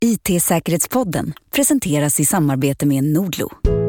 IT-säkerhetspodden presenteras i samarbete med Nordlo.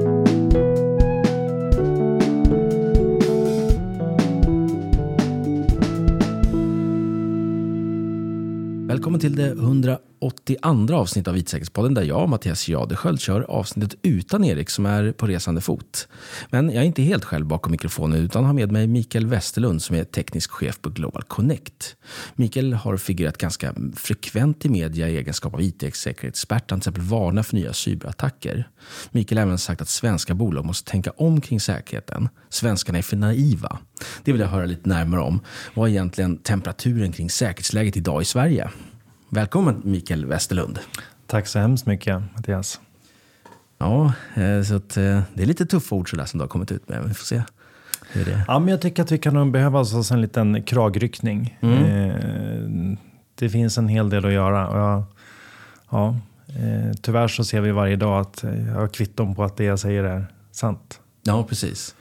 Välkommen till det 182 avsnitt av IT-säkerhetspodden där jag, Mattias Jadesköld, kör avsnittet utan Erik som är på resande fot. Men jag är inte helt själv bakom mikrofonen utan har med mig Mikael Westerlund som är teknisk chef på Global Connect. Mikael har figurerat ganska frekvent i media i egenskap av IT-säkerhetsexpert, till exempel varnar för nya cyberattacker. Mikael har även sagt att svenska bolag måste tänka om kring säkerheten. Svenskarna är för naiva. Det vill jag höra lite närmare om. Vad är egentligen temperaturen kring säkerhetsläget idag i Sverige? Välkommen Mikael Westerlund. Tack så hemskt mycket Mattias. Ja, så att, det är lite tuffa ord sådär som du har kommit ut med. Vi får se hur det är. Ja, men jag tycker att vi kan nog behöva oss en liten kragryckning. Det finns en hel del att göra. Och tyvärr så ser vi varje dag att jag har kvitton på att det jag säger är sant. Ja, precis.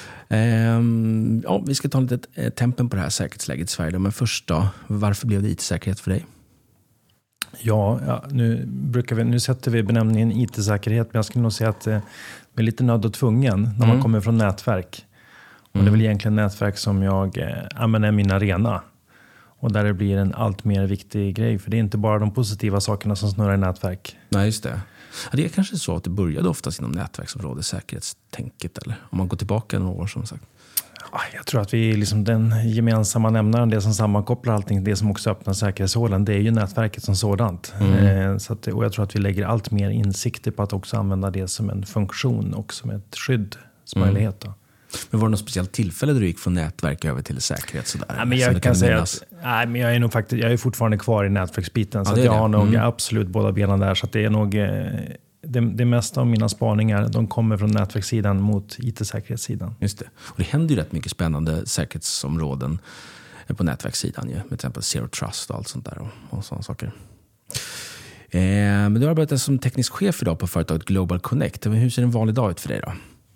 Vi ska ta lite tempen på det här säkerhetsläget i Sverige. Men först då, varför blev det IT-säkerhet för dig? Ja, nu sätter vi benämningen IT-säkerhet, men jag skulle nog säga att det är lite nöd och tvungen när man kommer från nätverk. Och det är väl egentligen nätverk som jag är min arena. Och där det blir en allt mer viktig grej. För det är inte bara de positiva sakerna som snurrar i nätverk. Nej, just det. Ja, det är kanske så att det började oftast inom nätverksområdet, säkerhetstänket, eller om man går tillbaka några år som sagt. Jag tror att vi är liksom den gemensamma nämnaren, det som sammankopplar allting, det som också öppnar säkerhetshålen, det är ju nätverket som sådant. Och jag tror att vi lägger allt mer insikter på att också använda det som en funktion och som ett skyddsmöjlighet. Men var det något speciellt tillfälle där du gick från nätverk över till säkerhet? Sådär, ja, men jag kan säga att men jag är nog faktiskt, jag är fortfarande kvar i nätverksbiten. Så att jag har nog absolut båda benen där. Så att det är nog det mesta av mina spaningar, de kommer från nätverkssidan mot IT-säkerhetssidan. Just det. Och det händer ju rätt mycket spännande säkerhetsområden på nätverkssidan. Med till exempel Zero Trust och allt sånt där och sådana saker. Men du arbetar som teknisk chef idag på företaget Global Connect. Hur ser en vanlig dag ut för dig då?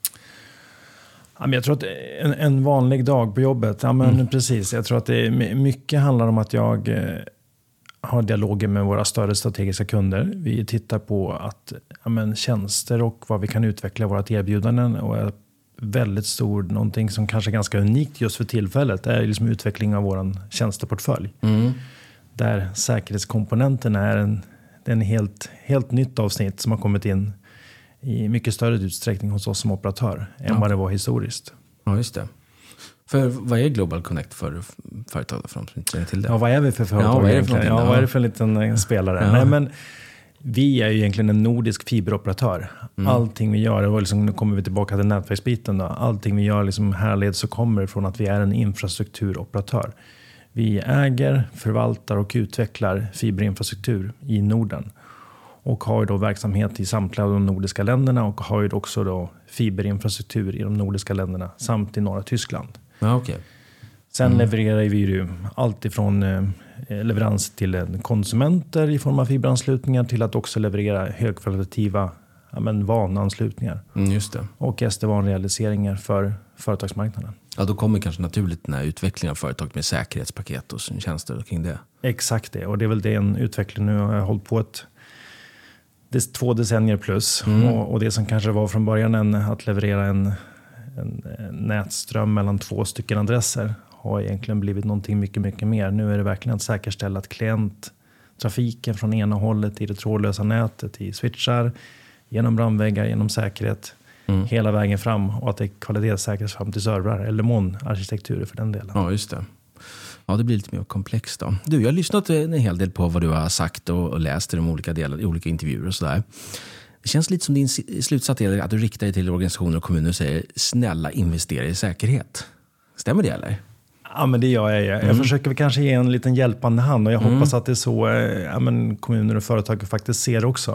Jag tror att en vanlig dag på jobbet, precis. Jag tror att det är mycket handlar om att jag har dialoger med våra större strategiska kunder. Vi tittar på att tjänster och vad vi kan utveckla vårt erbjudanden och är väldigt stor, någonting som kanske är ganska unikt just för tillfället är liksom utveckling av vår tjänsteportfölj. Där säkerhetskomponenten är en helt nytt avsnitt som har kommit in i mycket större utsträckning hos oss som operatör än vad det var historiskt. Ja, just det. För vad är Global Connect för företag för de som inte känner till det? Ja, vad är vi för företag? Vad är det för en liten spelare? Ja. Nej, men vi är ju egentligen en nordisk fiberoperatör. Allting vi gör, och liksom, nu kommer vi tillbaka till nätverksbiten då. Allting vi gör liksom härleds och kommer från att vi är en infrastrukturoperatör. Vi äger, förvaltar och utvecklar fiberinfrastruktur i Norden. Och har ju då verksamhet i samtliga av de nordiska länderna och har ju också då fiberinfrastruktur i de nordiska länderna samt i norra Tyskland. Ja, okay. Sen levererar vi ju allt ifrån leverans till konsumenter i form av fiberanslutningar till att också leverera högkvalitativa WAN-anslutningar. Just det. Och SD-WAN-realiseringar för företagsmarknaden. Ja, då kommer kanske naturligt den här utvecklingen av företag med säkerhetspaket och tjänster kring det. Exakt det, och det är väl det en utveckling nu har hållit på det är 2 decennier plus. Och det som kanske var från början att leverera en nätström mellan 2 stycken adresser har egentligen blivit någonting mycket, mycket mer. Nu är det verkligen att säkerställa att klienttrafiken från ena hållet i det trådlösa nätet, i switchar, genom brandväggar, genom säkerhet, hela vägen fram och att det är kvalitetssäkert fram till servrar eller molnarkitekturer för den delen. Ja, just det. Ja, det blir lite mer komplext då. Du, jag har lyssnat en hel del på vad du har sagt och läst i de olika delar, i olika intervjuer och sådär. Det känns lite som din slutsats är att du riktar dig till organisationer och kommuner och säger snälla investera i säkerhet. Stämmer det eller? Ja, men det gör jag. Jag försöker väl kanske ge en liten hjälpande hand och jag hoppas att det är så kommuner och företag faktiskt ser också.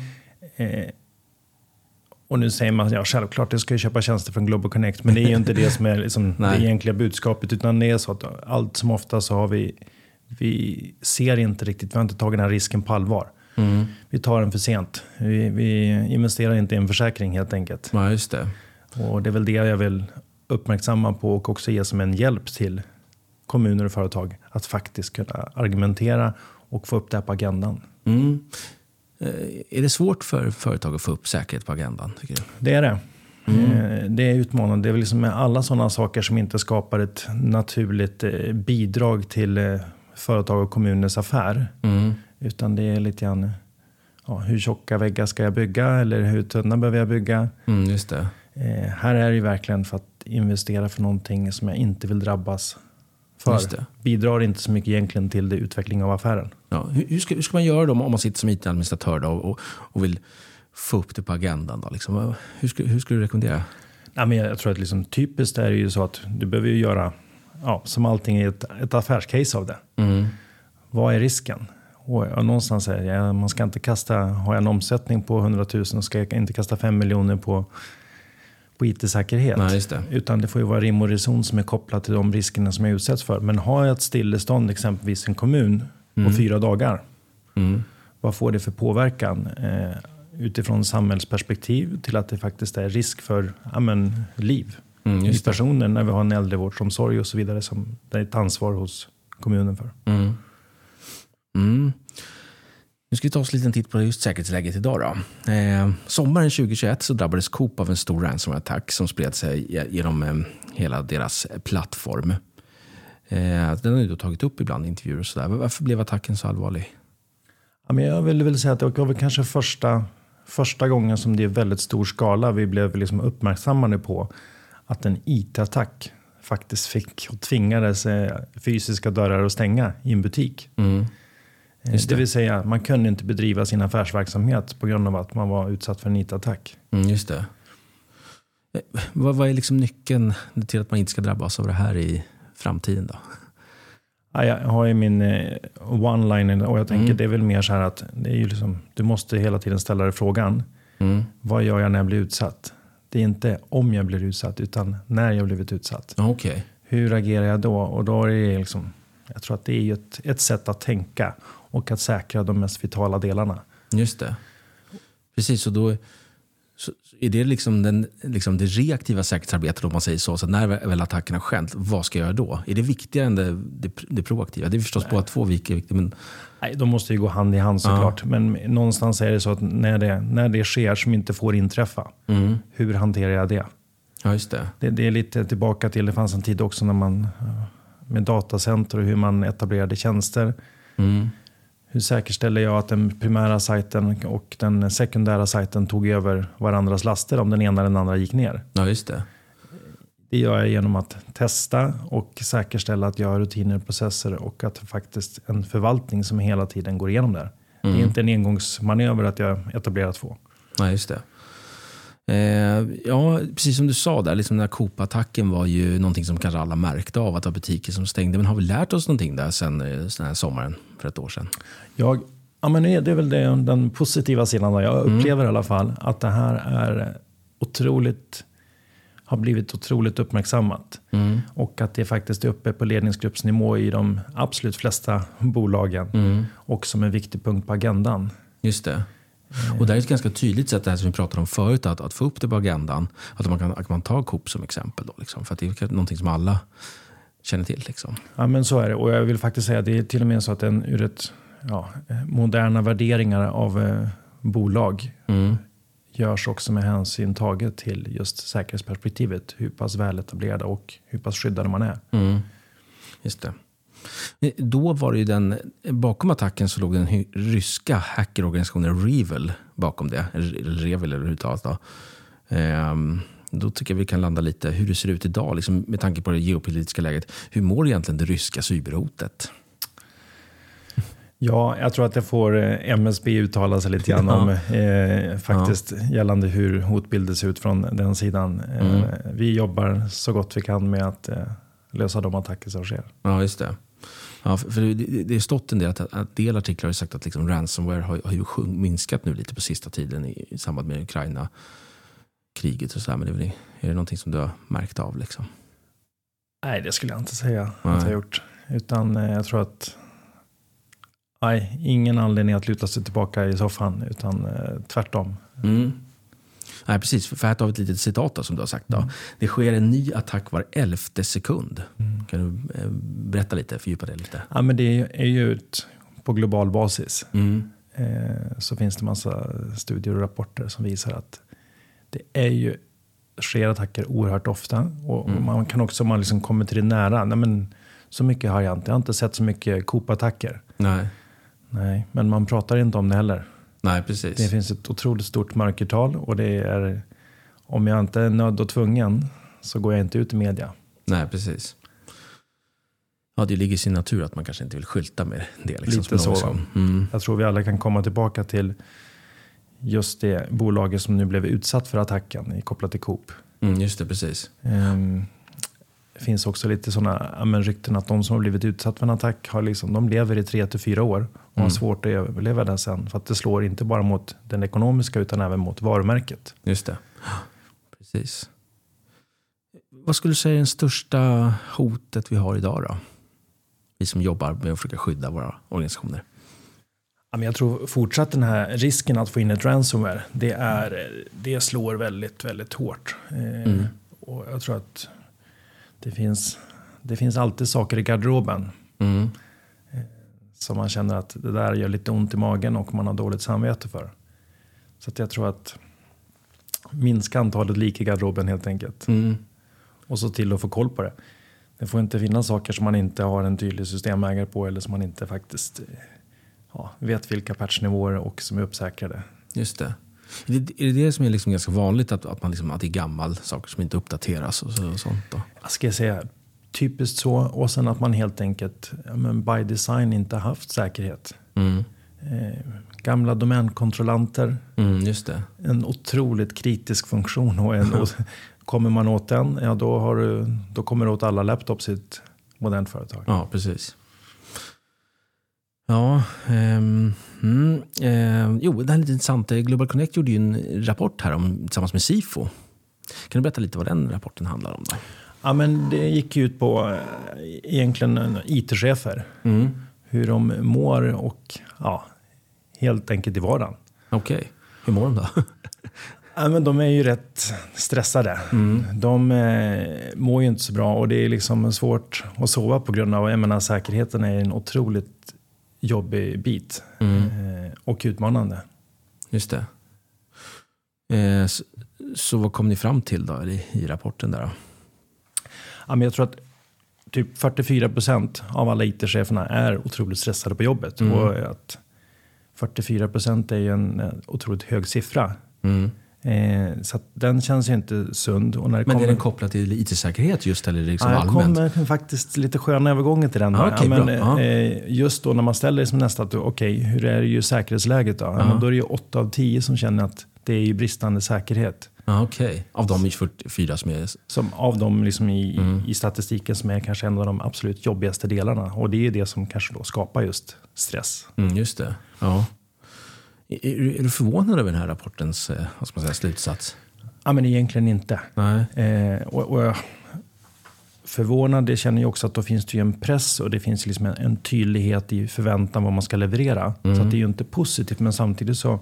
Och nu säger man, självklart det ska ju köpa tjänster från Global Connect, men det är ju inte det som är liksom det egentliga budskapet, utan det är så att allt som ofta så har vi ser inte riktigt, vi har inte tagit den här risken på allvar. Vi tar den för sent. Vi investerar inte i en försäkring helt enkelt. Ja, just det. Och det är väl det jag vill uppmärksamma på och också ge som en hjälp till kommuner och företag att faktiskt kunna argumentera och få upp det här på agendan. Är det svårt för företag att få upp säkerhet på agendan, tycker du? Det är det. Det är utmanande. Det är väl liksom med alla sådana saker som inte skapar ett naturligt bidrag till företag och kommuners affär. Utan det är lite grann, hur tjocka väggar ska jag bygga eller hur tunna behöver jag bygga? Just det. Här är det ju verkligen för att investera för någonting som jag inte vill drabbas för. Bidrar inte så mycket egentligen till det utveckling av affären. Ja, hur ska man göra då om man sitter som IT-administratör då och vill få upp det på agendan då? Liksom? Hur skulle du rekommendera? Ja, men jag tror att liksom, typiskt är det ju så att du behöver ju göra, som allting är ett affärscase av det. Vad är risken? Och någonstans säger jag, man ska inte har jag en omsättning på 100 000 ska jag inte kasta 5 miljoner på IT-säkerhet. Nej, just det. Utan det får ju vara rim och reson som är kopplat till de riskerna som jag utsätts för. Men har jag ett stillestånd, exempelvis en kommun, på 4 dagar. Vad får det för påverkan utifrån samhällsperspektiv till att det faktiskt är risk för liv i personer när vi har en äldrevårdsomsorg och så vidare som det är ett ansvar hos kommunen för. Nu ska vi ta oss en liten titt på just säkerhetsläget idag då. Sommaren 2021 så drabbades Coop av en stor ransomware-attack som spred sig genom hela deras plattform. Den har ju då tagit upp ibland i intervjuer och sådär. Varför blev attacken så allvarlig? Ja, men jag vill säga att det var väl kanske första gången som det är väldigt stor skala vi blev liksom uppmärksammade på att en IT-attack faktiskt fick och tvingades fysiska dörrar att stänga i en butik. Det vill säga, man kunde inte bedriva sin affärsverksamhet på grund av att man var utsatt för en IT-attack. Just det. Vad är liksom nyckeln till att man inte ska drabbas av det här i framtiden då? Ja, jag har ju min one-liner och jag tänker det är väl mer så här att det är ju liksom, du måste hela tiden ställa dig frågan. Vad gör jag när jag blir utsatt? Det är inte om jag blir utsatt utan när jag blivit utsatt. Okay. Hur agerar jag då? Och då är det liksom, jag tror att det är ju ett sätt att tänka och att säkra de mest vitala delarna. Just det. Precis, och då så är det liksom det reaktiva säkerhetsarbetet om man säger så. Så när väl attacken har skett, vad ska jag göra då? Är det viktigare än det proaktiva? Det är förstås båda två viktigt. Men... Nej, de måste ju gå hand i hand såklart. Men någonstans är det så att när det sker som inte får inträffa, hur hanterar jag det? Ja, just det. Det är lite tillbaka till, det fanns en tid också när man med datacenter och hur man etablerade tjänster. Hur säkerställer jag att den primära sajten och den sekundära sajten tog över varandras laster om den ena eller den andra gick ner? Ja, just det. Det gör jag genom att testa och säkerställa att jag har rutiner och processer och att faktiskt en förvaltning som hela tiden går igenom där. Det är inte en engångsmanöver att jag etablerar 2. Ja, just det. Ja, precis som du sa där, liksom den här Coop-attacken var ju någonting som kanske alla märkte av, att det var butiker som stängde. Men har vi lärt oss någonting där sen den här sommaren för ett år sedan? Ja, men det är väl den positiva sidan. Jag upplever i alla fall att det här har blivit otroligt uppmärksammat. Och att det faktiskt är uppe på ledningsgruppsnivå i de absolut flesta bolagen. Och som en viktig punkt på agendan. Just det. Och det är ett ganska tydligt sätt, det här som vi pratade om förut, att få upp det på agendan. Att man tar Coop som exempel då, liksom, för att det är någonting som alla känner till. Liksom. Ja, men så är det. Och jag vill faktiskt säga att det är till och med så att moderna värderingar av bolag görs också med hänsyn taget till just säkerhetsperspektivet. Hur pass väletablerade och hur pass skyddade man är. Just det. Då var det ju bakom attacken så låg den ryska hackerorganisationen Revil bakom det. Eller Revil överhuvudtaget då. Då tycker jag vi kan landa lite hur det ser ut idag, liksom, med tanke på det geopolitiska läget. Hur mår egentligen det ryska cyberhotet? Ja, jag tror att det får MSB uttala sig lite grann om faktiskt gällande hur hotbilden ser ut från den sidan. Vi jobbar så gott vi kan med att lösa de attacker som sker. Ja, just det. Ja, för det är stått en del att del artiklar har sagt att liksom ransomware har ju minskat nu lite på sista tiden i samband med Ukraina-kriget och så här. Men är det någonting som du har märkt av liksom? Nej, det skulle jag inte säga att jag har gjort. Utan jag tror att ingen anledning att luta sig tillbaka i soffan, utan tvärtom. Nej, precis. För här har vi ett litet citat då, som du har sagt. Då. Det sker en ny attack var 11:e sekund. Kan du berätta lite, fördjupa det lite? Ja, men det är ju på global basis. så finns det massa studier och rapporter som visar att det är ju sker attacker oerhört ofta. Och man kan också, om man liksom kommer till det nära, nej men så mycket har jag inte sett så mycket Coop-attacker. Nej, men man pratar inte om det heller. Nej, precis. Det finns ett otroligt stort mörkertal och det är, om jag inte är nödd och tvungen så går jag inte ut i media. Nej, precis. Ja, det ligger i sin natur att man kanske inte vill skylta med det. Liksom, lite så. Jag tror vi alla kan komma tillbaka till just det bolaget som nu blev utsatt för attacken kopplat till Coop. Just det, precis. Det finns också lite sådana rykten att de som har blivit utsatt för en attack har liksom, de lever i 3-4 år och har svårt att överleva den sen. För att det slår inte bara mot den ekonomiska utan även mot varumärket. Just det. Precis. Vad skulle du säga är den största hotet vi har idag då? Vi som jobbar med att försöka skydda våra organisationer. Jag tror fortsatt den här risken att få in ett ransomware, det slår väldigt, väldigt hårt. Och jag tror att det finns alltid saker i garderoben som man känner att det där gör lite ont i magen och man har dåligt samvete för. Så att jag tror att minska antalet lik i garderoben helt enkelt. Och så till att få koll på det. Det får inte finnas saker som man inte har en tydlig systemägare på eller som man inte faktiskt vet vilka patchnivåer och som är uppsäkrade. Just det. Är det som är liksom ganska vanligt att man liksom, att det är gammal saker som inte uppdateras och sånt då? Jag ska säga typiskt så, och sen att man helt enkelt by design inte har haft säkerhet. Gamla domänkontrollanter. Just det. En otroligt kritisk funktion och kommer man åt den, då kommer du åt alla laptops i ett modernt företag. Ja, precis. Ja, jo, det här är lite intressant. Global Connect gjorde ju en rapport här tillsammans med Sifo. Kan du berätta lite vad den rapporten handlar om då? Ja, men det gick ut på egentligen IT-chefer. Hur de mår och helt enkelt i vardagen. Okej. Hur mår de då? Ja, men de är ju rätt stressade. De mår ju inte så bra och det är liksom svårt att sova på grund av, säkerheten är en otroligt jobbig bit och utmanande. Just det. Så vad kom ni fram till då i rapporten där då? Ja, men jag tror att typ 44% av alla IT-cheferna är otroligt stressade på jobbet. Och att 44% är ju en otroligt hög siffra. Så att den känns ju inte sund. Och när men är den kopplad till IT-säkerhet just eller liksom allmänt? Jag kommer faktiskt lite sköna övergångar till den. Just då när man ställer som nästa att hur är det ju säkerhetsläget då? Men då är det ju 8 av 10 som känner att det är ju bristande säkerhet. Av de 44 som är... Av dem liksom i statistiken som är kanske en av de absolut jobbigaste delarna. Och det är det som kanske då skapar just stress. Just det, ja. Är du förvånad över den här rapportens slutsats? Ja, men egentligen inte. Nej. Och förvånad, det känner jag också att då finns det ju en press och det finns liksom en tydlighet i förväntan vad man ska leverera. Så att det är ju inte positivt, men samtidigt så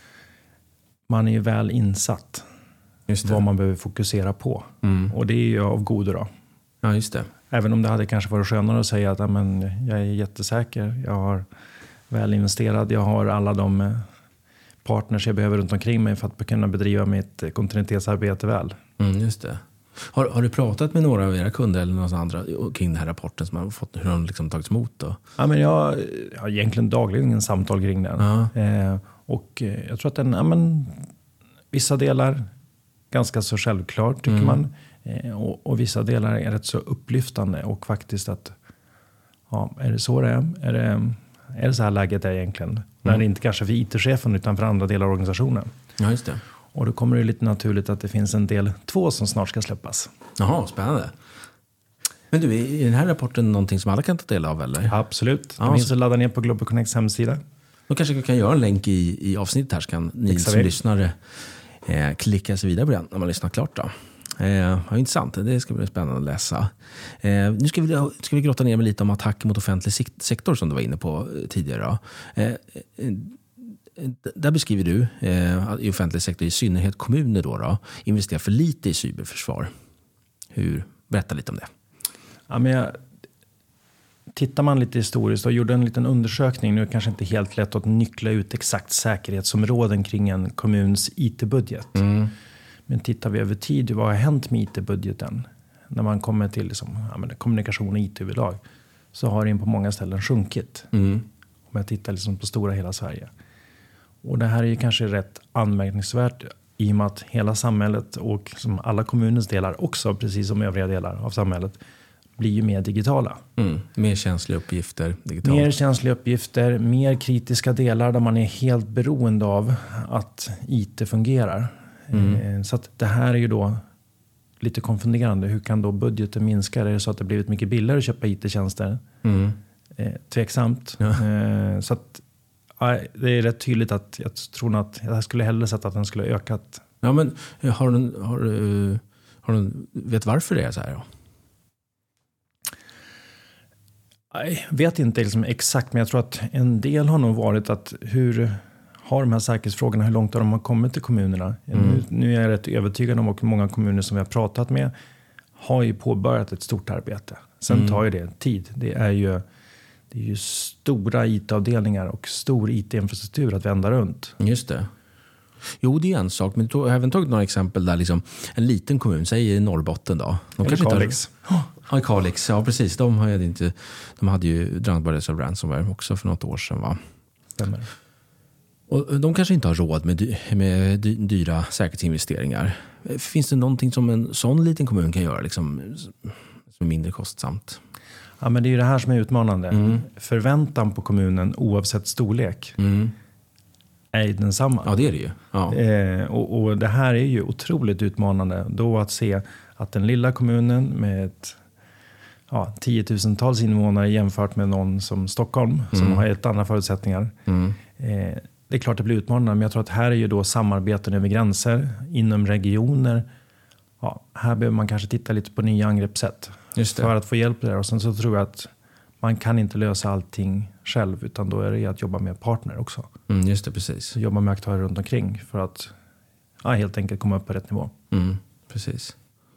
man är ju väl insatt vad man behöver fokusera på. Och det är ju av godo då. Ja, just det. Även om det hade kanske varit skönare att säga att jag är jättesäker, jag har väl investerad, jag har alla de partners jag behöver runt omkring mig för att kunna bedriva mitt kontinuitetsarbete väl. Just det. Har du pratat med några av era kunder eller några andra kring den här rapporten som har fått, hur de liksom tagits emot då? Ja, men jag har egentligen dagligen samtal kring den. Och jag tror att den, vissa delar ganska så självklart tycker man. Och vissa delar är rätt så upplyftande och faktiskt att är det så det är? Är det så här läget är egentligen? När det inte kanske för IT-chefen utan för andra delar av organisationen. Ja, just det. Och då kommer det lite naturligt att det finns en del 2 som snart ska släppas. Jaha, spännande. Men du, är den här rapporten någonting som alla kan ta del av eller? Absolut. Det finns att ladda ner på Global Connects hemsida. Då kanske vi kan göra en länk i avsnittet här så kan ni som lyssnare klicka sig vidare på den när man lyssnar klart då. Intressant, det ska bli spännande att läsa. Nu ska vi grotta ner med lite om attacker mot offentlig sektor som du var inne på tidigare. Där beskriver du att i offentlig sektor, i synnerhet kommuner då, investerar för lite i cyberförsvar. Berätta lite om det. Ja, men tittar man lite historiskt och gjorde en liten undersökning, nu är det kanske inte helt lätt att nyckla ut exakt säkerhetsområden kring en kommuns IT-budget. Men tittar vi över tid, vad har hänt med IT-budgeten? När man kommer till liksom, kommunikation och IT överlag, så har det på många ställen sjunkit. Om jag tittar liksom på stora hela Sverige. Och det här är ju kanske rätt anmärkningsvärt i och med att hela samhället och som alla kommunens delar också, precis som övriga delar av samhället, blir ju mer digitala. Mer känsliga uppgifter digitalt. Mer känsliga uppgifter, mer kritiska delar där man är helt beroende av att IT fungerar. Så att det här är ju då lite konfunderande. Hur kan då budgeten minska? Är det så att det blivit mycket billigare att köpa IT-tjänster? Tveksamt. Ja. Så att det är rätt tydligt att jag tror att jag skulle hellre sett att den skulle ökat. Ja, men vet varför det är så här då? Jag vet inte liksom exakt, men jag tror att en del har nog varit att hur har de här säkerhetsfrågorna, hur långt har de kommit till kommunerna? Nu är jag rätt övertygad om att många kommuner som vi har pratat med har ju påbörjat ett stort arbete. Sen tar ju det tid. Det är ju stora IT-avdelningar och stor IT-infrastruktur att vända runt. Just det. Jo, det är en sak. Men jag har även tagit några exempel där liksom en liten kommun, säg i Norrbotten då. Eller Kalix. Ja, Kalix. Ja, precis. De hade ju drabbats av ransomware också för något år sedan, va? Stämmer. Och de kanske inte har råd med dyra säkerhetsinvesteringar. Finns det någonting som en sån liten kommun kan göra liksom, som är mindre kostsamt? Ja, men det är ju det här som är utmanande. Förväntan på kommunen oavsett storlek är ju densamma. Ja, det är det ju. Ja. Och det här är ju otroligt utmanande då att se att den lilla kommunen med 10 000-tals invånare jämfört med någon som Stockholm som har helt andra förutsättningar. Det är klart det blir utmanande, men jag tror att här är ju då samarbeten över gränser inom regioner. Ja, här behöver man kanske titta lite på nya angreppssätt för att få hjälp där. Och sen så tror jag att man kan inte lösa allting själv, utan då är det att jobba med partner också. Just det, precis. Så jobba med aktörer runt omkring för att helt enkelt komma upp på rätt nivå. Precis.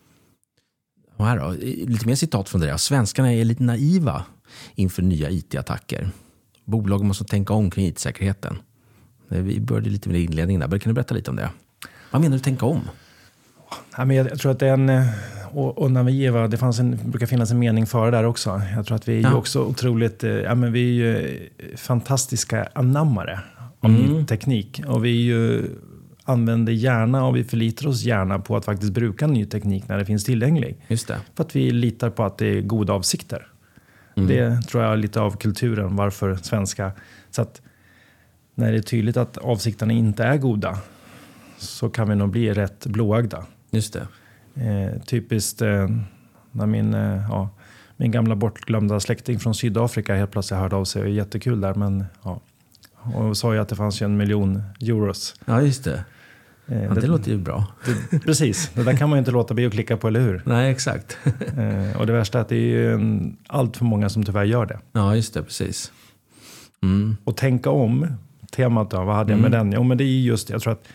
Och här då, lite mer citat från det där. Svenskarna är lite naiva inför nya IT-attacker. Bolag måste tänka om kring IT-säkerheten. Vi började lite med inledningen där. Kan du berätta lite om det? Vad menar du tänka om? Ja, men jag tror att det är en... Och naiva, brukar finnas en mening före där också. Jag tror att vi är ju också otroligt... vi är ju fantastiska anammare av ny teknik. Och vi använder gärna och vi förlitar oss gärna på att faktiskt bruka ny teknik när det finns tillgänglig. Just det. För att vi litar på att det är goda avsikter. Det tror jag är lite av kulturen varför svenska. Så att när det är tydligt att avsikterna inte är goda så kan vi nog bli rätt blåögda. Just det. Typiskt när min gamla bortglömda släkting från Sydafrika helt plötsligt hörde av sig och jättekul där, men och sa ju att det fanns ju 1 miljon euros. Ja, just det. Det låter ju bra. Precis, det där kan man ju inte låta bli att klicka på, eller hur? Nej, exakt. Och det värsta är att det är ju allt för många som tyvärr gör det. Ja, just det, precis. Och tänka om temat då, vad hade jag med den? Jo, men det är just, jag tror att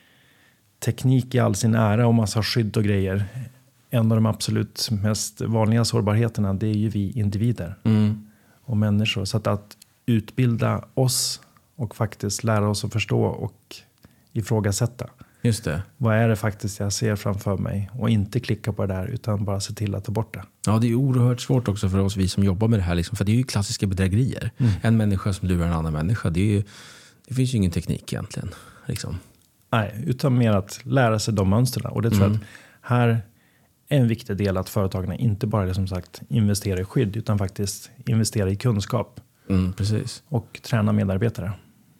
teknik i all sin ära och massa skydd och grejer. En av de absolut mest vanliga sårbarheterna, det är ju vi individer och människor. Så att utbilda oss och faktiskt lära oss att förstå och ifrågasätta. Just det. Vad är det faktiskt jag ser framför mig? Och inte klicka på det där utan bara se till att ta bort det. Ja, det är oerhört svårt också för oss, vi som jobbar med det här. Liksom, för det är ju klassiska bedrägerier. En människa som lurar en annan människa. Det finns ju ingen teknik egentligen. Liksom. Nej, utan mer att lära sig de mönstren. Och det tror jag att här är en viktig del att företagen inte bara som sagt investerar i skydd utan faktiskt investerar i kunskap. Precis. Och träna medarbetare.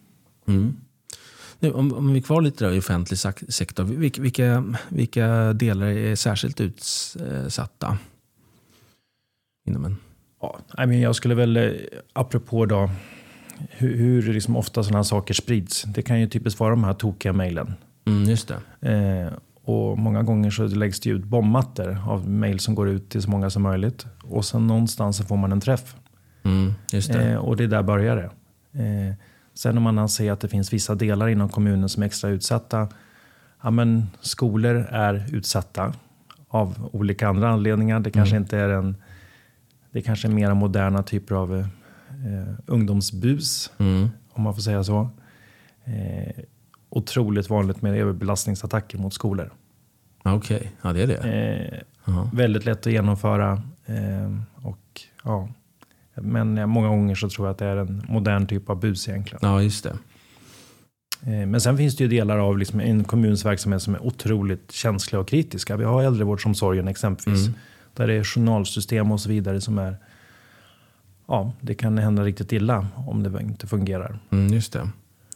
Nu, om vi är kvar lite där i offentlig sektor, vilka delar är särskilt utsatta inom en? Ja, jag skulle väl, apropå då, hur liksom ofta sådana här saker sprids. Det kan ju typiskt vara de här tokiga mejlen. Just det. Och många gånger så läggs det ut bombmattor av mejl som går ut till så många som möjligt. Och sen någonstans så får man en träff. Just det. Och det där börjar det. Sen om man ser att det finns vissa delar inom kommunen som är extra utsatta. Ja, men skolor är utsatta av olika andra anledningar. Det kanske inte är Det är kanske mera moderna typer av ungdomsbus, om man får säga så. Otroligt vanligt med överbelastningsattacker mot skolor. Okej, ja det är det. Väldigt lätt att genomföra. Och, ja. Men många gånger så tror jag att det är en modern typ av bus egentligen. Ja, just det. Men sen finns det ju delar av liksom en kommuns verksamhet som är otroligt känsliga och kritiska. Vi har äldrevårdsomsorgen exempelvis. Där det är journalsystem och så vidare som är... Ja, det kan hända riktigt illa om det inte fungerar. Just det.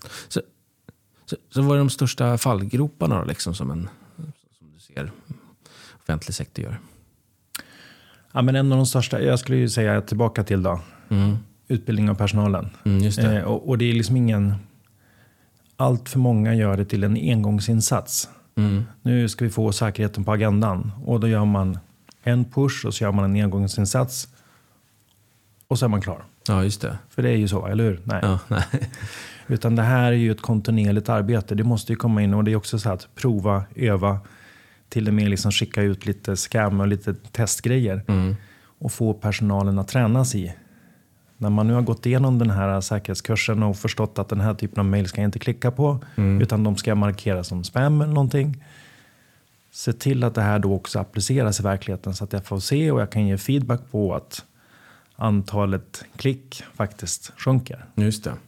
Så vad är de största fallgroparna då, liksom, som du ser offentlig sektor gör? Ja, men en av de största, jag skulle ju säga tillbaka till då. Utbildning av personalen. Just det. Och det är liksom ingen... Allt för många gör det till en engångsinsats. Nu ska vi få säkerheten på agendan. Och då gör man en push och så gör man en engångsinsats. Och så är man klar. Ja, just det. För det är ju så, eller hur? Nej. Ja, nej. Utan det här är ju ett kontinuerligt arbete. Det måste ju komma in och det är också så att prova, öva. Till och med liksom skicka ut lite scam och lite testgrejer. Och få personalen att tränas i. När man nu har gått igenom den här säkerhetskursen och förstått att den här typen av mejl ska jag inte klicka på. Utan de ska markera som spam eller någonting. Se till att det här då också appliceras i verkligheten. Så att jag får se och jag kan ge feedback på att antalet klick faktiskt sjunker. Just det.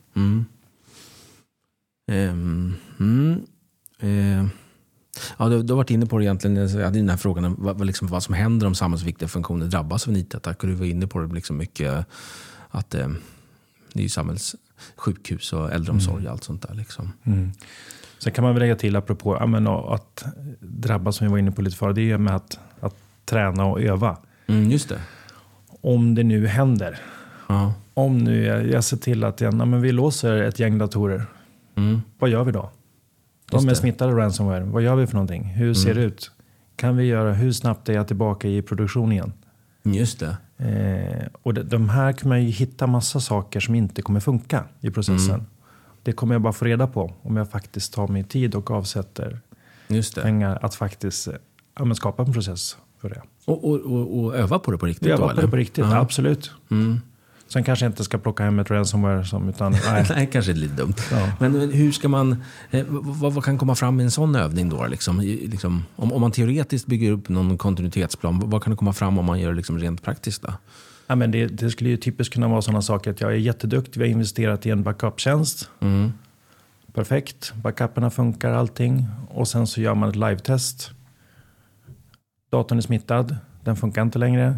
Ja, du har varit inne på det egentligen i den här frågan om vad som händer om samhällsviktiga funktioner drabbas av en IT-attack. Och du var inne på det liksom mycket att det är ju samhällssjukhus och äldreomsorg och allt sånt där. Liksom. Sen kan man väl lägga till apropå att drabbas, som vi var inne på lite för, det är med att träna och öva. Just det. Om det nu händer. Ja. Om nu jag ser till att vi låser ett gäng datorer. Vad gör vi då? De är smittade ransomware. Vad gör vi för någonting? Hur ser det ut? Kan vi göra, hur snabbt är jag tillbaka i produktion igen? Just det. Och de här kan man ju hitta massa saker som inte kommer funka i processen. Det kommer jag bara få reda på om jag faktiskt tar mig tid och avsätter pengar att faktiskt skapa en process för det. Och öva på det på riktigt? Öva på det på riktigt, absolut. Sen kanske jag inte ska plocka hem ett ransomware utan... Nej, kanske är lite dumt. Ja. Men hur ska man... Vad kan komma fram i en sån övning då? Liksom, om man teoretiskt bygger upp någon kontinuitetsplan, vad kan det komma fram om man gör det liksom rent praktiskt då? Ja, men det skulle ju typiskt kunna vara sådana saker att jag är jätteduktig, vi har investerat i en backup-tjänst. Perfekt, backuperna funkar, allting. Och sen så gör man ett live-test. Datorn är smittad, den funkar inte längre.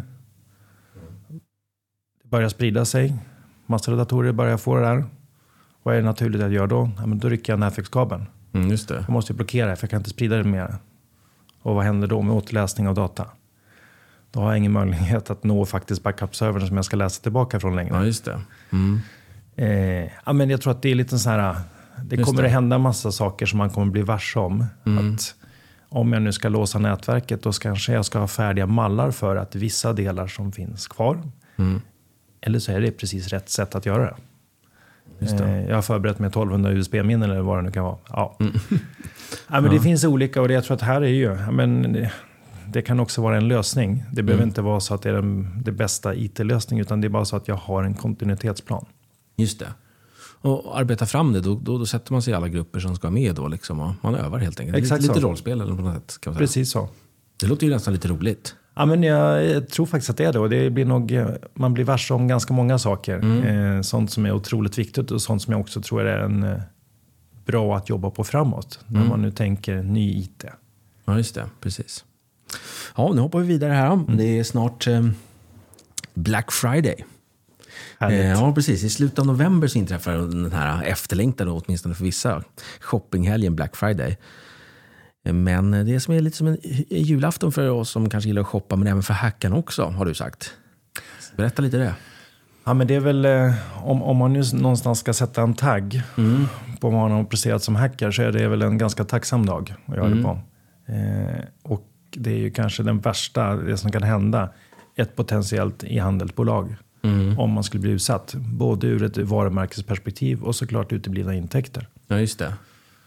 Det börjar sprida sig. Massor av datorer börjar få det där. Vad är det naturligt att göra då? Ja, men då rycker jag nätverkskabeln. Just det. Jag måste blockera det för jag kan inte sprida det mer. Och vad händer då med återläsning av data? Då har jag ingen möjlighet att nå faktiskt backup-servern som jag ska läsa tillbaka från längre. Ja, just det. Men jag tror att det är lite så här... Det kommer att hända massa saker som man kommer bli varse om. Att om jag nu ska låsa nätverket, då kanske jag ska ha färdiga mallar för att vissa delar som finns kvar. Eller så är det precis rätt sätt att göra det. Just det. Jag har förberett med 1200 USB-minnen eller vad det nu kan vara. Ja. Ja, men det finns olika och det jag tror att här är ju... Det kan också vara en lösning. Det behöver inte vara så att det är det bästa IT-lösningen, utan det är bara så att jag har en kontinuitetsplan. Just det. Och arbeta fram det, då sätter man sig i alla grupper som ska med då liksom, och man övar helt enkelt. Exakt lite så. rollspel eller på något sätt, kan man säga. Precis så. Det låter ju nästan lite roligt. Ja, men jag tror faktiskt att det är det. Och det blir nog, man blir varse om ganska många saker. Sånt som är otroligt viktigt och sånt som jag också tror är bra att jobba på framåt. När man nu tänker ny IT. Ja, just det. Precis. Ja, nu hoppar vi vidare här. Det är snart Black Friday. Ja, precis. I slutet av november så inträffar den här efterlängtade, åtminstone för vissa, shoppinghelgen Black Friday. Men det som är lite som en julafton för oss som kanske gillar att shoppa, men även för hackarna också, har du sagt. Berätta lite det. Ja, men det är väl, om man nu någonstans ska sätta en tagg på vad man har presterat som hacker, så är det väl en ganska tacksam dag att göra det på. Och det är ju kanske den värsta, det som kan hända, ett potentiellt e-handelsbolag. Om man skulle bli utsatt. Både ur ett varumärkesperspektiv och såklart uteblivna intäkter. Ja, just det.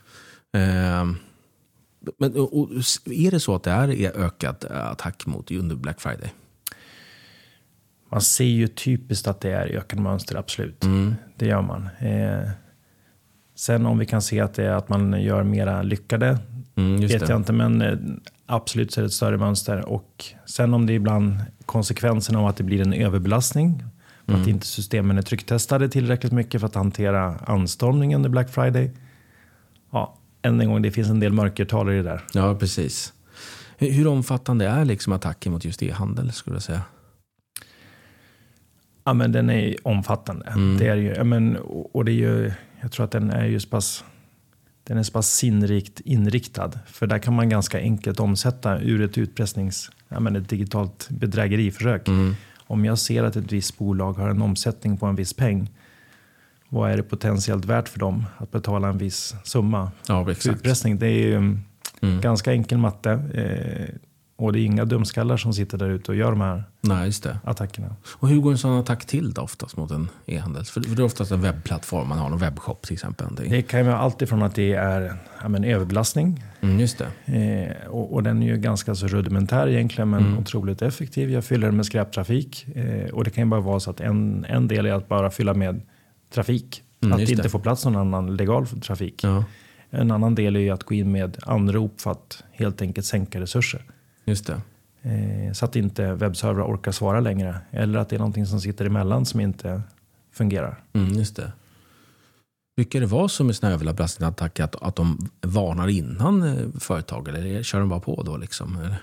Men och är det så att det är ökat attack mot under Black Friday? Man ser ju typiskt att det är ökande mönster, absolut. Det gör man. Sen om vi kan se att det är att man gör mera lyckade, vet jag inte, men absolut så är det ett större mönster. Och sen om det är ibland konsekvenserna av att det blir en överbelastning, att inte systemen är trycktestade tillräckligt mycket för att hantera anstormningen under Black Friday. Ja, än en gång, det finns en del mörkertal i det där. Ja, precis. Hur omfattande är liksom attacken mot just e-handel, skulle jag säga? Ja, men den är omfattande. Det är ju, och det är ju, jag tror att den är ju så pass sinnrikt inriktad. För där kan man ganska enkelt omsätta ur ett ett digitalt bedrägeriförsök. Om jag ser att ett visst bolag har en omsättning på en viss peng, vad är det potentiellt värt för dem att betala en viss summa för utpressning? Det är ju ganska enkel matte. Och det är inga dumskallar som sitter där ute och gör de här attackerna. Och hur går en sån attack till då oftast mot en e-handel? För det är oftast en webbplattform, man har en webbshop till exempel. Det kan ju vara allt ifrån att det är en överbelastning. Just det. Och den är ju ganska så rudimentär egentligen, men otroligt effektiv. Jag fyller den med skräptrafik. Och det kan ju bara vara så att en del är att bara fylla med trafik. Att det inte får plats någon annan legal trafik. Ja. En annan del är ju att gå in med anrop för att helt enkelt sänka resurser. Just det. Så att inte webbservrar orkar svara längre. Eller att det är någonting som sitter emellan som inte fungerar. Just det. Brukar det vara så med såna här överbelastningsattacker att de varnar innan företag? Eller kör de bara på då liksom? Eller?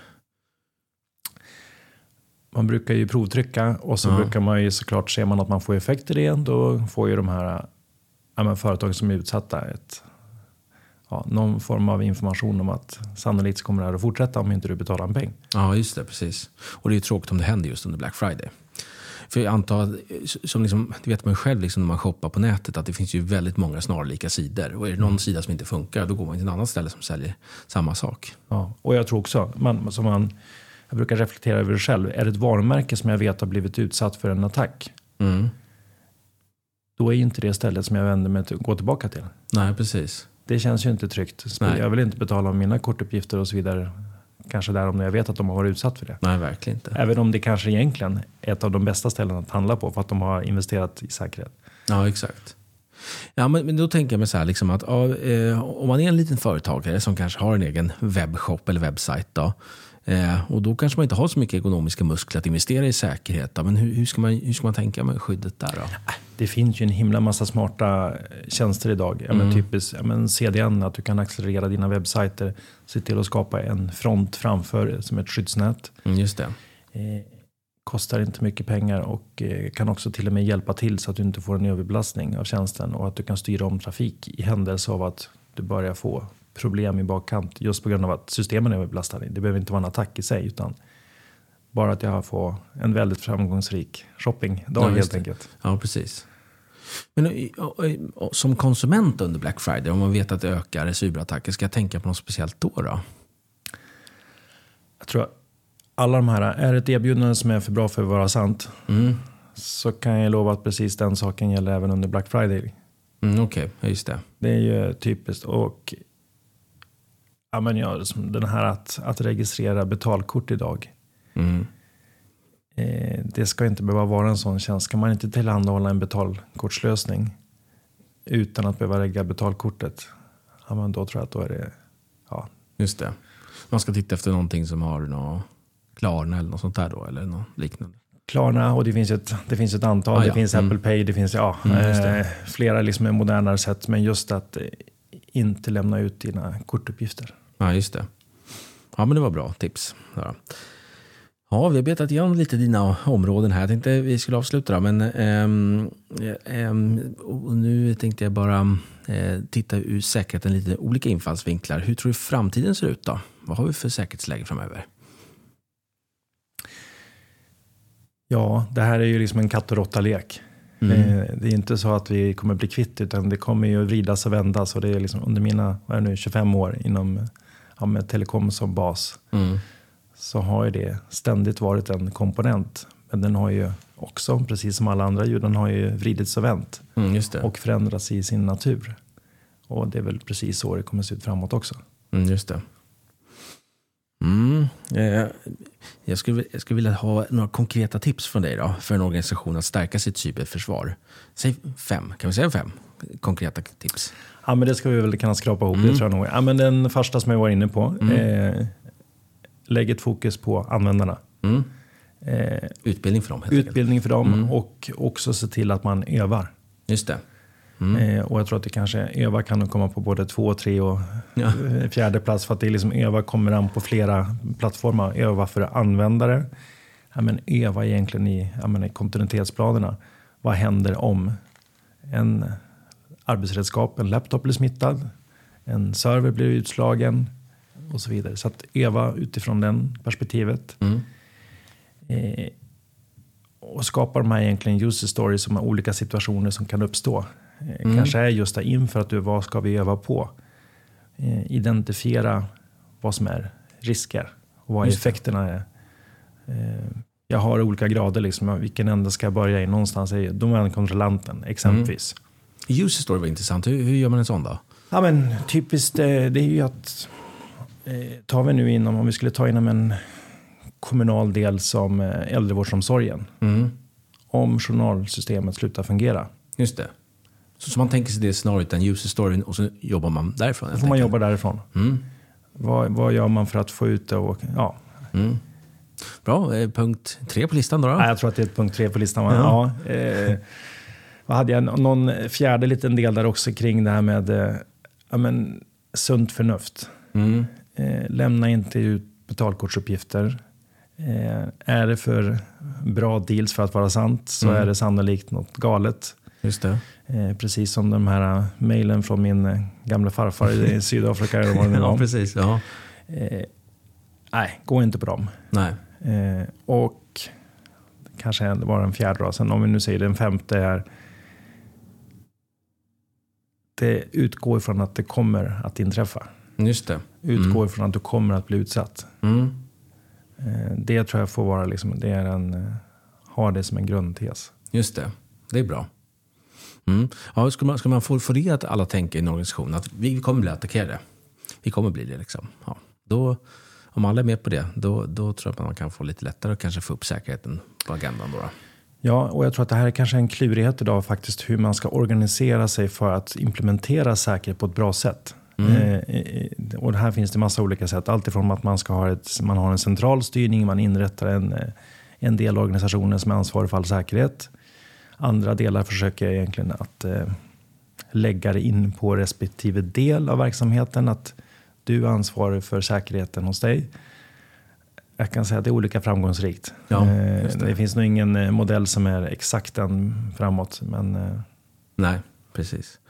Man brukar ju provtrycka. Och så brukar man ju såklart, ser man att man får effekter i det. Då får ju de här företag som är utsatta någon form av information om att sannolikt så kommer det här att fortsätta om inte du betalar en peng. Ja, just det, precis. Och det är ju tråkigt om det händer just under Black Friday. För jag antar, som liksom, det vet man själv liksom när man shoppar på nätet, att det finns ju väldigt många snarlika sidor. Och är det någon sida som inte funkar, då går man till en annan ställe som säljer samma sak. Ja, och jag tror också, jag brukar reflektera över det själv. Är det ett varumärke som jag vet har blivit utsatt för en attack, då är inte det stället som jag vänder mig till att gå tillbaka till. Nej, precis. Det känns ju inte tryggt. Jag vill inte betala mina kortuppgifter och så vidare. Kanske där om jag vet att de har varit utsatt för det. Nej, verkligen inte. Även om det kanske egentligen är ett av de bästa ställena att handla på för att de har investerat i säkerhet. Ja, exakt. Ja, men då tänker jag mig så här liksom att om man är en liten företagare som kanske har en egen webbshop eller webbsajt då, och då kanske man inte har så mycket ekonomiska muskler att investera i säkerhet då. Men hur ska man tänka med skyddet där då? Det finns ju en himla massa smarta tjänster idag. Typiskt CDN, att du kan accelerera dina webbsajter, se till att skapa en front framför som ett skyddsnät. Just det. Kostar inte mycket pengar och kan också till och med hjälpa till så att du inte får en överbelastning av tjänsten och att du kan styra om trafik i händelse av att du börjar få problem i bakkant just på grund av att systemen är överbelastade. Det behöver inte vara en attack i sig, utan bara att jag får en väldigt framgångsrik shoppingdag helt enkelt. Ja, precis. Men som konsument under Black Friday, om man vet att det ökar cyberattacker, ska jag tänka på något speciellt då? Jag tror att alla de här, är ett erbjudande som är för bra för att vara sant, så kan jag lova att precis den saken gäller även under Black Friday. Okej, just det. Det är ju typiskt. Och den här att registrera betalkort idag. Det ska inte behöva vara en sån tjänst. Kan man inte tillhandahålla en betalkortslösning utan att behöva lägga betalkortet, men då tror jag att då är det... Ja. Just det. Man ska titta efter någonting som har något Klarna eller något sånt där då, eller något liknande. Klarna, och det finns ett antal. Det finns Apple Pay, det finns flera liksom modernare sätt. Men just att inte lämna ut dina kortuppgifter. Ja, just det. Ja, men det var bra tips. Ja, vi har betat igenom lite dina områden här. Jag tänkte vi skulle avsluta då, men och nu tänkte jag bara titta ur säkerheten lite olika infallsvinklar. Hur tror du framtiden ser ut då? Vad har vi för säkerhetsläge framöver? Ja, det här är ju liksom en katt- och råtta-lek. Det är inte så att vi kommer bli kvitt, utan det kommer ju vridas och vändas. Och det är liksom under mina 25 år inom med telekom som bas, så har ju det ständigt varit en komponent. Men den har ju också, precis som alla andra djur, den har ju vridits och vänt. Just det. Och förändrats i sin natur. Och det är väl precis så det kommer se ut framåt också. Just det. Jag skulle vilja ha några konkreta tips från dig då, för en organisation att stärka sitt cyberförsvar. Säg 5, kan vi säga 5 konkreta tips? Ja, men det ska vi väl kunna skrapa ihop, det tror jag nog. Ja, men den första som jag var inne på, lägg ett fokus på användarna. Utbildning för dem. Utbildning för dem och också se till att man övar. Just det. Och jag tror att det kanske öva kan komma på både 2, 3 och 4:e plats, för att det är liksom öva kommer an på flera plattformar. Öva för användare, men öva egentligen i kontinuitetsplanerna. Vad händer om en arbetsredskap, en laptop blir smittad, en server blir utslagen och så vidare. Så att öva utifrån den perspektivet. Och skapa de här egentligen user stories som har olika situationer som kan uppstå. Kanske är just det inför att vad ska vi öva på? Identifiera vad som är risker och vad effekterna är. Jag har olika grader, liksom, vilken ände ska jag börja i? Någonstans är domänkontrollanten exempelvis. User story var intressant. Hur gör man en sån då? Ja, men typiskt det är ju att tar vi nu om vi skulle ta inom en kommunal del som äldrevårdsomsorgen. Om journalsystemet slutar fungera. Just det. Så man tänker sig det scenariot, den user storyn, och så jobbar man därifrån. Då får man jobba därifrån. Vad gör man för att få ut det? Och, ja. Bra, punkt 3 på listan då? Ja, jag tror att det är punkt 3 på listan. Ja. Vad hade jag? Någon fjärde liten del där också kring det här med sunt förnuft. Lämna inte ut betalkortsuppgifter. Är det för bra deals för att vara sant, så är det sannolikt något galet. Just det. Precis som de här mejlen från min gamla farfar i Sydafrika. Ja, precis. Ja. Nej, gå inte på dem. Nej. Och kanske det var den fjärde då. Sen om vi nu säger den femte är, det utgår ifrån att det kommer att inträffa. Just det. Utgår ifrån att du kommer att bli utsatt. Det tror jag får vara liksom, det är ha det som en grundtes. Just det. Det är bra. Ja, ska man få det att alla tänker i en organisation att vi kommer bli attackerade. Vi kommer bli det liksom. Ja. Då, om alla är med på det, då tror jag att man kan få lite lättare och kanske få upp säkerheten på agendan då. Ja, och jag tror att det här är kanske en klurighet idag faktiskt, hur man ska organisera sig för att implementera säkerhet på ett bra sätt. Och här finns det massa olika sätt. Allt ifrån att man har en central styrning, man inrättar en del organisationer som är ansvarig för all säkerhet. Andra delar försöker egentligen att lägga det in på respektive del av verksamheten, att du är ansvarig för säkerheten hos dig. Jag kan säga att det är olika framgångsrikt. Ja, det finns nog ingen modell som är exakt den framåt. Men nej, precis.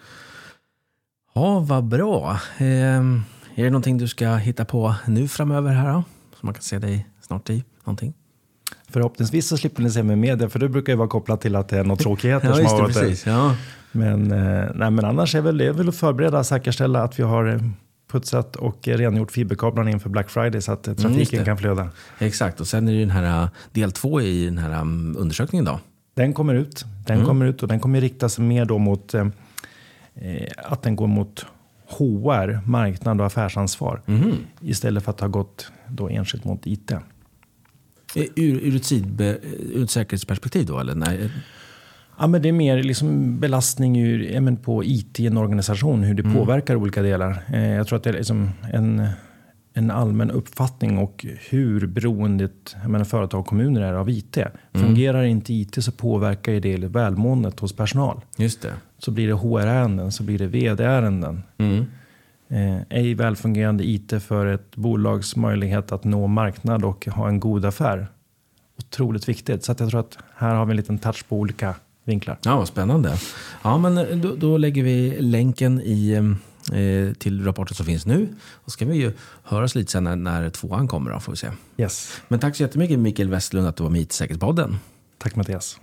Ja, vad bra. Är det någonting du ska hitta på nu framöver här då? Så man kan se dig snart i någonting? Förhoppningsvis så slipper ni se med media, för det brukar ju vara kopplat till att det är något tråkigheter som har varit precis. Ja. Men annars är det väl att förbereda, säkerställa att vi har putsat och rengjort fiberkablarna inför Black Friday så att trafiken kan flöda. Exakt, och sen är det den här del 2 i den här undersökningen då. Den kommer ut. Kommer ut och den kommer riktas mer då mot att den går mot HR, marknad och affärsansvar. Istället för att ha gått då enskilt mot IT. Ur ett säkerhetsperspektiv då, eller? Nej. Ja, men det är mer liksom belastning på IT i en organisation, hur det påverkar olika delar. Jag tror att det är liksom en allmän uppfattning och hur beroendet företag och kommuner är av IT. Fungerar inte IT så påverkar det välmåendet hos personal. Just det. Så blir det HR-ärenden, så blir det VD-ärenden. Ej välfungerande IT för ett bolags möjlighet att nå marknad och ha en god affär. Otroligt viktigt. Så att jag tror att här har vi en liten touch på olika vinklar. Ja, vad spännande. Ja, men då lägger vi länken till rapporten som finns nu. Och ska vi ju höras lite sen när 2:an kommer då, får vi se. Yes. Men tack så jättemycket Mikael Westlund att du var med i IT-säkerhetspodden. Tack Mattias.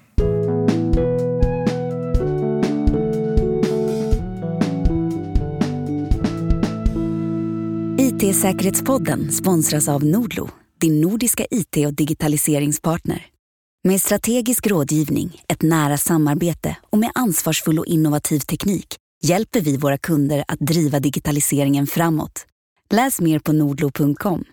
IT-säkerhetspodden sponsras av Nordlo, din nordiska IT- och digitaliseringspartner. Med strategisk rådgivning, ett nära samarbete och med ansvarsfull och innovativ teknik hjälper vi våra kunder att driva digitaliseringen framåt. Läs mer på nordlo.com.